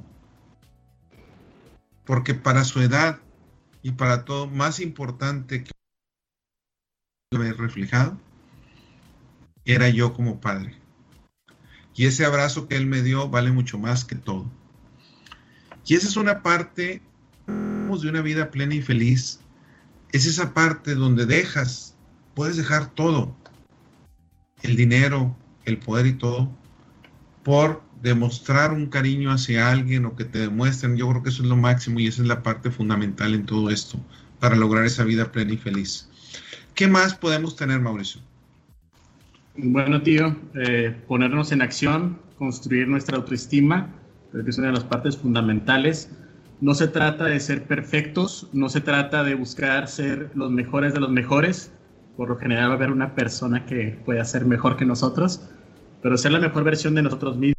Porque para su edad y para todo, más importante que haber reflejado, era yo como padre. Y ese abrazo que él me dio vale mucho más que todo. Y esa es una parte de una vida plena y feliz. Es esa parte donde dejas, puedes dejar todo, el dinero, el poder y todo, por demostrar un cariño hacia alguien o que te demuestren. Yo creo que eso es lo máximo y esa es la parte fundamental en todo esto para lograr esa vida plena y feliz. ¿Qué más podemos tener, Mauricio? Bueno, tío, eh, ponernos en acción, construir nuestra autoestima, creo que es una de las partes fundamentales. No se trata de ser perfectos, no se trata de buscar ser los mejores de los mejores. Por lo general va a haber una persona que pueda ser mejor que nosotros, pero ser la mejor versión de nosotros mismos.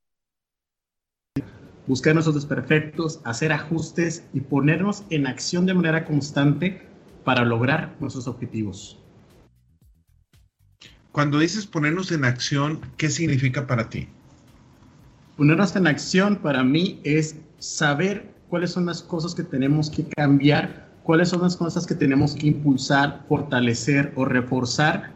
Buscar nosotros perfectos, hacer ajustes y ponernos en acción de manera constante para lograr nuestros objetivos. Cuando dices ponernos en acción, ¿qué significa para ti? Ponernos en acción para mí es saber cuáles son las cosas que tenemos que cambiar, cuáles son las cosas que tenemos que impulsar, fortalecer o reforzar.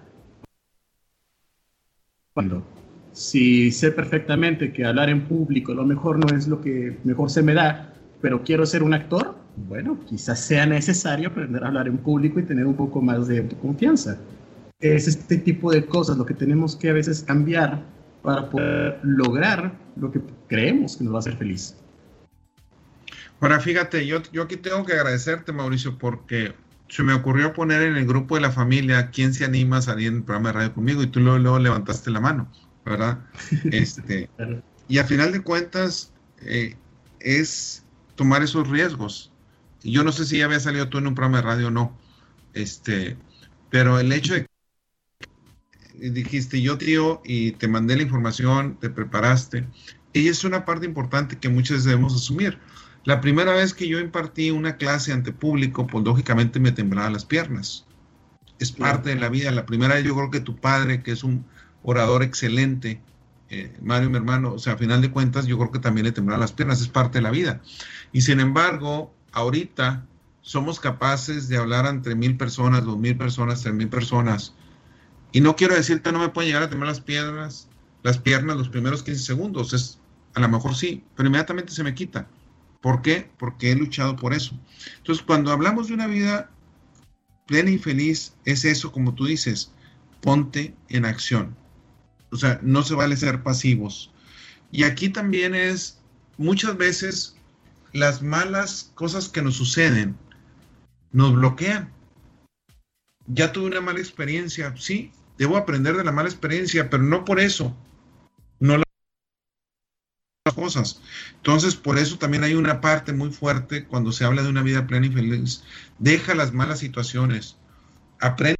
Cuando, si sé perfectamente que hablar en público a lo mejor no es lo que mejor se me da, pero quiero ser un actor, bueno, quizás sea necesario aprender a hablar en público y tener un poco más de autoconfianza. Es este tipo de cosas lo que tenemos que a veces cambiar para poder lograr lo que creemos que nos va a hacer feliz. Ahora, fíjate, yo, yo aquí tengo que agradecerte, Mauricio, porque se me ocurrió poner en el grupo de la familia quién se anima a salir en el programa de radio conmigo, y tú luego, luego levantaste la mano, ¿verdad? Este, y al final de cuentas, eh, es tomar esos riesgos. Yo no sé si ya había salido tú en un programa de radio o no, este, pero el hecho de que dijiste yo, tío, y te mandé la información, te preparaste, y es una parte importante que muchos debemos asumir. La primera vez que yo impartí una clase ante público, pues lógicamente me temblaban las piernas. Es parte de la vida. La primera vez, yo creo que tu padre, que es un orador excelente, eh, Mario, mi hermano, o sea, a final de cuentas, yo creo que también le temblaban las piernas, es parte de la vida. Y sin embargo, ahorita somos capaces de hablar entre mil personas, dos mil personas, tres mil personas. Y no quiero decirte, no me pueden llegar a temblar las piernas, las piernas los primeros quince segundos. Es, a lo mejor sí, pero inmediatamente se me quita. ¿Por qué? Porque he luchado por eso. Entonces, cuando hablamos de una vida plena y feliz, es eso, como tú dices, ponte en acción. O sea, no se vale ser pasivos. Y aquí también es, muchas veces, las malas cosas que nos suceden nos bloquean. Ya tuve una mala experiencia, sí, debo aprender de la mala experiencia, pero no por eso no la cosas. Entonces, por eso también hay una parte muy fuerte cuando se habla de una vida plena y feliz. Deja las malas situaciones, aprende,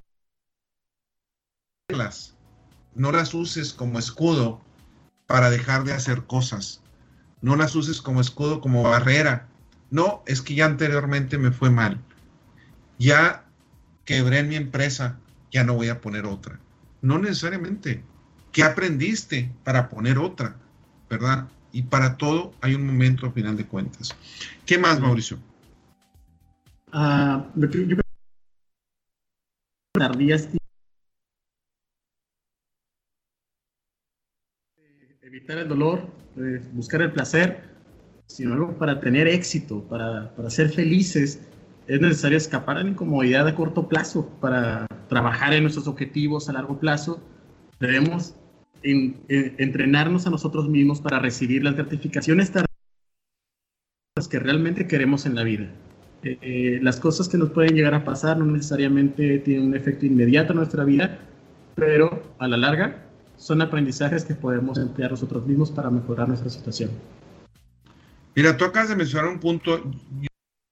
no las uses como escudo para dejar de hacer cosas, no las uses como escudo, como barrera. No, es que ya anteriormente me fue mal, ya quebré en mi empresa, ya no voy a poner otra. No necesariamente. ¿Qué aprendiste para poner otra? ¿Verdad? Y para todo hay un momento a final de cuentas. ¿Qué más, Mauricio? Uh, yo creo que tardías evitar el dolor, eh, buscar el placer, sino algo para tener éxito, para, para ser felices. Es necesario escapar de la incomodidad a corto plazo para trabajar en nuestros objetivos a largo plazo. Debemos En, en, entrenarnos a nosotros mismos para recibir las gratificaciones que realmente queremos en la vida. Eh, eh, las cosas que nos pueden llegar a pasar no necesariamente tienen un efecto inmediato en nuestra vida, pero a la larga son aprendizajes que podemos emplear nosotros mismos para mejorar nuestra situación. Mira, tú acabas de mencionar un punto, yo,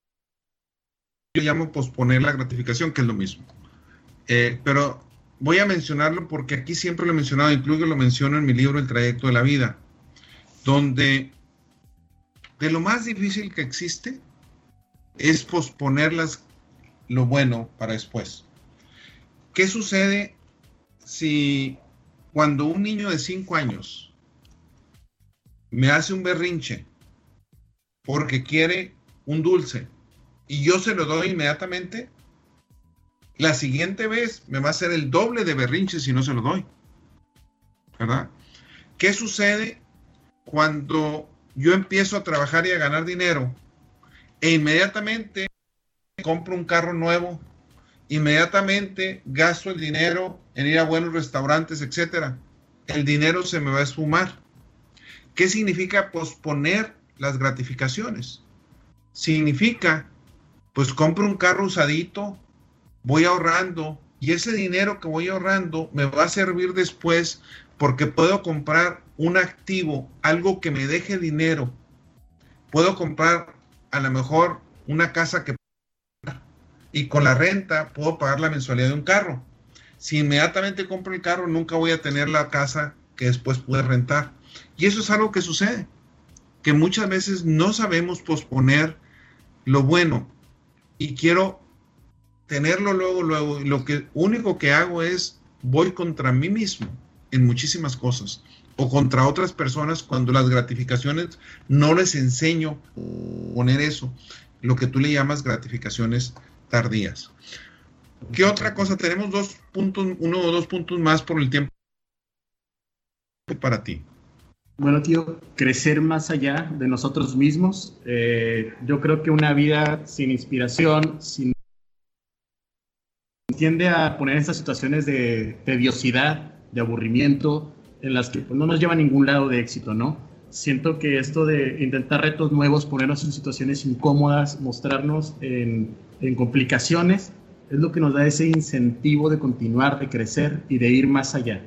yo llamo posponer la gratificación, que es lo mismo. Eh, pero voy a mencionarlo porque aquí siempre lo he mencionado, incluso lo menciono en mi libro El trayecto de la vida, donde de lo más difícil que existe es posponer las, lo bueno para después. ¿Qué sucede si cuando un niño de cinco años me hace un berrinche porque quiere un dulce y yo se lo doy inmediatamente? La siguiente vez me va a hacer el doble de berrinche si no se lo doy, ¿verdad? ¿Qué sucede cuando yo empiezo a trabajar y a ganar dinero e inmediatamente compro un carro nuevo, inmediatamente gasto el dinero en ir a buenos restaurantes, etcétera? El dinero se me va a esfumar. ¿Qué significa posponer las gratificaciones? Significa, pues compro un carro usadito, voy ahorrando, y ese dinero que voy ahorrando me va a servir después porque puedo comprar un activo, algo que me deje dinero. Puedo comprar a lo mejor una casa que y con la renta puedo pagar la mensualidad de un carro. Si inmediatamente compro el carro, nunca voy a tener la casa que después pude rentar. Y eso es algo que sucede, que muchas veces no sabemos posponer lo bueno. Y quiero tenerlo luego, luego, y lo que único que hago es voy contra mí mismo en muchísimas cosas, o contra otras personas cuando las gratificaciones no les enseño a poner eso, lo que tú le llamas gratificaciones tardías. ¿Qué otra cosa? Tenemos dos puntos, uno o dos puntos más por el tiempo para ti. Bueno, tío, crecer más allá de nosotros mismos. Eh, yo creo que una vida sin inspiración, sin tiende a poner estas situaciones de tediosidad, de aburrimiento, en las que pues, no nos lleva a ningún lado de éxito, ¿no? Siento que esto de intentar retos nuevos, ponernos en situaciones incómodas, mostrarnos en, en complicaciones, es lo que nos da ese incentivo de continuar, de crecer y de ir más allá.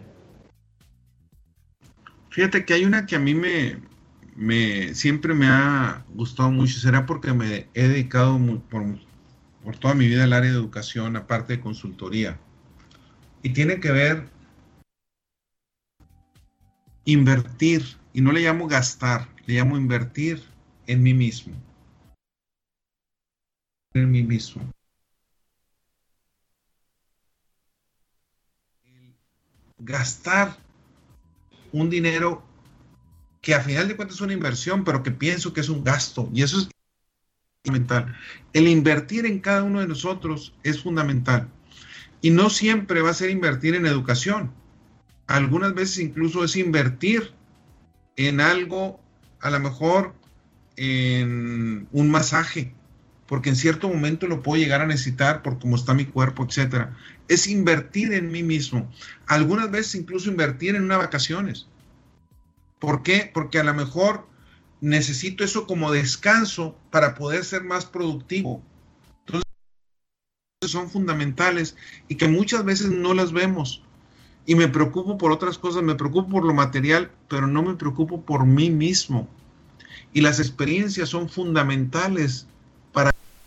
Fíjate que hay una que a mí me, me siempre me ha gustado mucho, será porque me he dedicado muy, por, por toda mi vida al área de educación, aparte de consultoría, y tiene que ver invertir, y no le llamo gastar, le llamo invertir en mí mismo. En mí mismo. Gastar un dinero que a final de cuentas es una inversión, pero que pienso que es un gasto, y eso es fundamental. El invertir en cada uno de nosotros es fundamental, y no siempre va a ser invertir en educación. Algunas veces incluso es invertir en algo, a lo mejor en un masaje, porque en cierto momento lo puedo llegar a necesitar por cómo está mi cuerpo, etcétera. Es invertir en mí mismo. Algunas veces incluso invertir en unas vacaciones. ¿Por qué? Porque a lo mejor necesito eso como descanso para poder ser más productivo. Entonces, son fundamentales y que muchas veces no las vemos. Y me preocupo por otras cosas, me preocupo por lo material, pero no me preocupo por mí mismo. Y las experiencias son fundamentales para...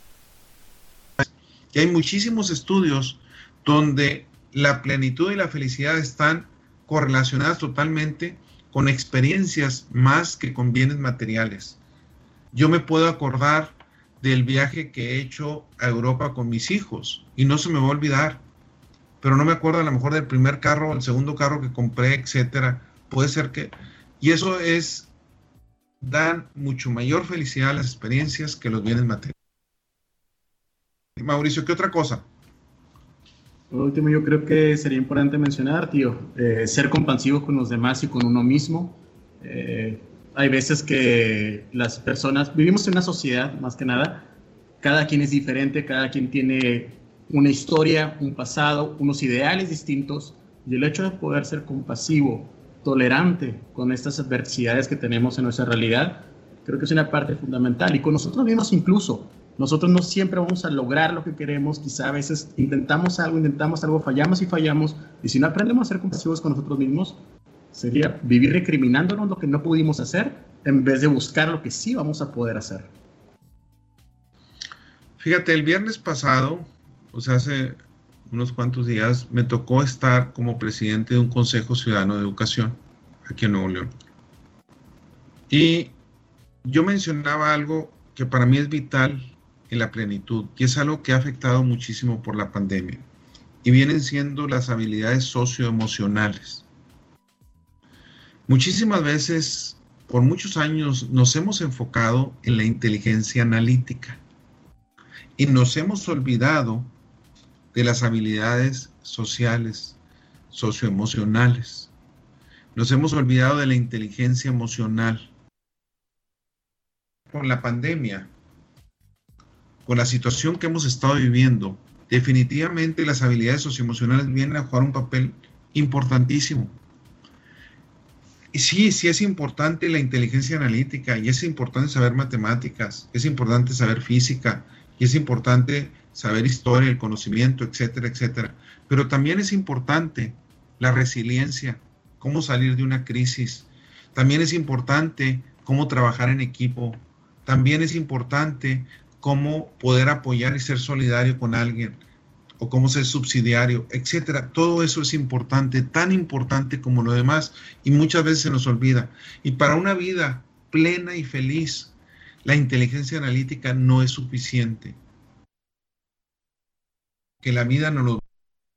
Y hay muchísimos estudios donde la plenitud y la felicidad están correlacionadas totalmente con experiencias más que con bienes materiales. Yo me puedo acordar del viaje que he hecho a Europa con mis hijos y no se me va a olvidar, pero no me acuerdo a lo mejor del primer carro, el segundo carro que compré, etcétera. Puede ser que... Y eso es... dan mucho mayor felicidad a las experiencias que los bienes materiales. Mauricio, ¿qué otra cosa? Por último, yo creo que sería importante mencionar, tío, eh, ser compasivo con los demás y con uno mismo. Eh, hay veces que las personas, vivimos en una sociedad, más que nada, cada quien es diferente, cada quien tiene una historia, un pasado, unos ideales distintos, y el hecho de poder ser compasivo, tolerante con estas adversidades que tenemos en nuestra realidad, creo que es una parte fundamental. Y con nosotros mismos incluso, nosotros no siempre vamos a lograr lo que queremos, quizá a veces intentamos algo, intentamos algo, fallamos y fallamos, y si no aprendemos a ser compasivos con nosotros mismos, sería vivir recriminándonos lo que no pudimos hacer, en vez de buscar lo que sí vamos a poder hacer. Fíjate, el viernes pasado, o sea, hace unos cuantos días, me tocó estar como presidente de un Consejo Ciudadano de Educación aquí en Nuevo León. Y yo mencionaba algo que para mí es vital en la plenitud, y es algo que ha afectado muchísimo por la pandemia, y vienen siendo las habilidades socioemocionales. Muchísimas veces, por muchos años, nos hemos enfocado en la inteligencia analítica, y nos hemos olvidado de las habilidades sociales, socioemocionales. Nos hemos olvidado de la inteligencia emocional. Con la pandemia, con la situación que hemos estado viviendo, definitivamente las habilidades socioemocionales vienen a jugar un papel importantísimo. Y sí, sí es importante la inteligencia analítica, y es importante saber matemáticas, es importante saber física, y es importante saber historia, el conocimiento, etcétera, etcétera. Pero también es importante la resiliencia, cómo salir de una crisis. También es importante cómo trabajar en equipo. También es importante cómo poder apoyar y ser solidario con alguien, o cómo ser subsidiario, etcétera. Todo eso es importante, tan importante como lo demás, y muchas veces se nos olvida. Y para una vida plena y feliz, la inteligencia analítica no es suficiente. Que la vida no lo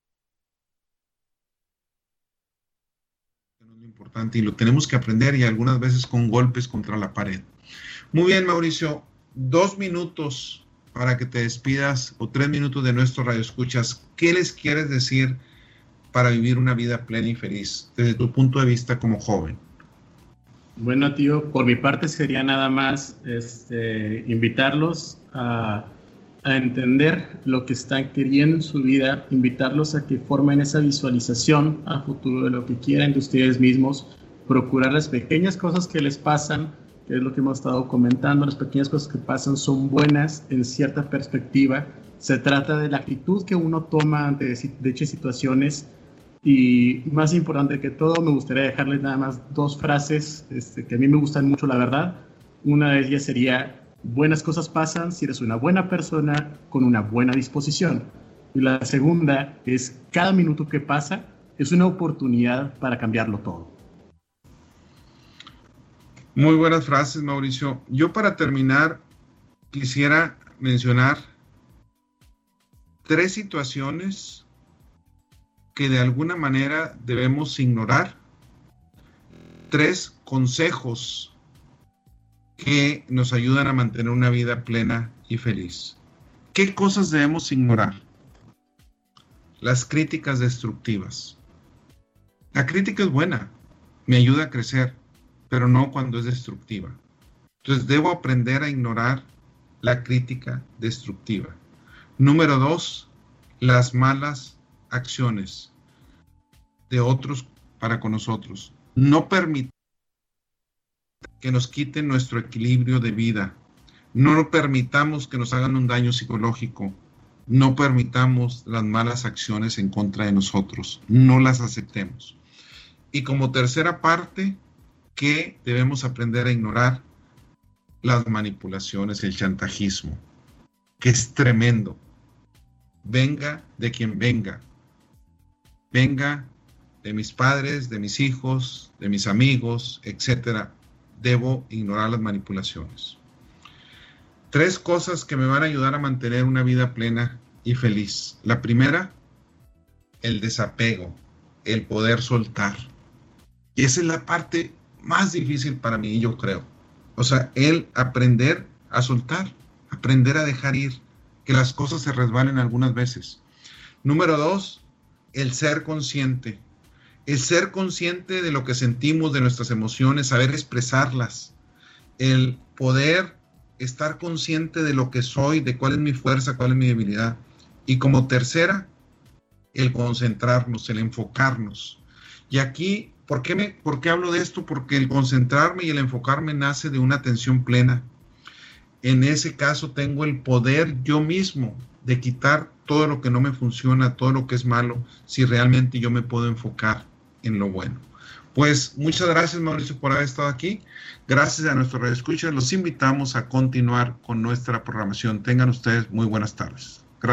es lo importante, y lo tenemos que aprender, y algunas veces con golpes contra la pared. Muy bien, Mauricio, dos minutos para que te despidas, o tres minutos de nuestro radioescuchas. ¿Qué les quieres decir para vivir una vida plena y feliz desde tu punto de vista como joven? Bueno, tío, por mi parte sería nada más este, invitarlos a a entender lo que están queriendo en su vida, invitarlos a que formen esa visualización a futuro de lo que quieran de ustedes mismos, procurar las pequeñas cosas que les pasan, que es lo que hemos estado comentando, las pequeñas cosas que pasan son buenas en cierta perspectiva. Se trata de la actitud que uno toma ante dichas situaciones. Y más importante que todo, me gustaría dejarles nada más dos frases este, que a mí me gustan mucho, la verdad. Una de ellas sería: buenas cosas pasan si eres una buena persona con una buena disposición. Y la segunda es: cada minuto que pasa es una oportunidad para cambiarlo todo. Muy buenas frases, Mauricio. Yo, para terminar, quisiera mencionar tres situaciones que de alguna manera debemos ignorar, tres consejos que nos ayudan a mantener una vida plena y feliz. ¿Qué cosas debemos ignorar? Las críticas destructivas. La crítica es buena, me ayuda a crecer, pero no cuando es destructiva. Entonces debo aprender a ignorar la crítica destructiva. Número dos, las malas acciones de otros para con nosotros. No permitir que nos quiten nuestro equilibrio de vida. No permitamos que nos hagan un daño psicológico. No permitamos las malas acciones en contra de nosotros. No las aceptemos. Y como tercera parte, que debemos aprender a ignorar las manipulaciones, el chantajismo, que es tremendo. Venga de quien venga. Venga de mis padres, de mis hijos, de mis amigos, etcétera. Debo ignorar las manipulaciones. Tres cosas que me van a ayudar a mantener una vida plena y feliz. La primera, el desapego, el poder soltar. Y esa es la parte más difícil para mí, yo creo. O sea, el aprender a soltar, aprender a dejar ir, que las cosas se resbalen algunas veces. Número dos, el ser consciente. El ser consciente de lo que sentimos, de nuestras emociones, saber expresarlas. El poder estar consciente de lo que soy, de cuál es mi fuerza, cuál es mi debilidad. Y como tercera, el concentrarnos, el enfocarnos. Y aquí, ¿por qué, me, ¿por qué hablo de esto? Porque el concentrarme y el enfocarme nace de una atención plena. En ese caso tengo el poder yo mismo de quitar todo lo que no me funciona, todo lo que es malo, si realmente yo me puedo enfocar en lo bueno. Pues muchas gracias, Mauricio, por haber estado aquí. Gracias a nuestros radioescuchas. Los invitamos a continuar con nuestra programación. Tengan ustedes muy buenas tardes.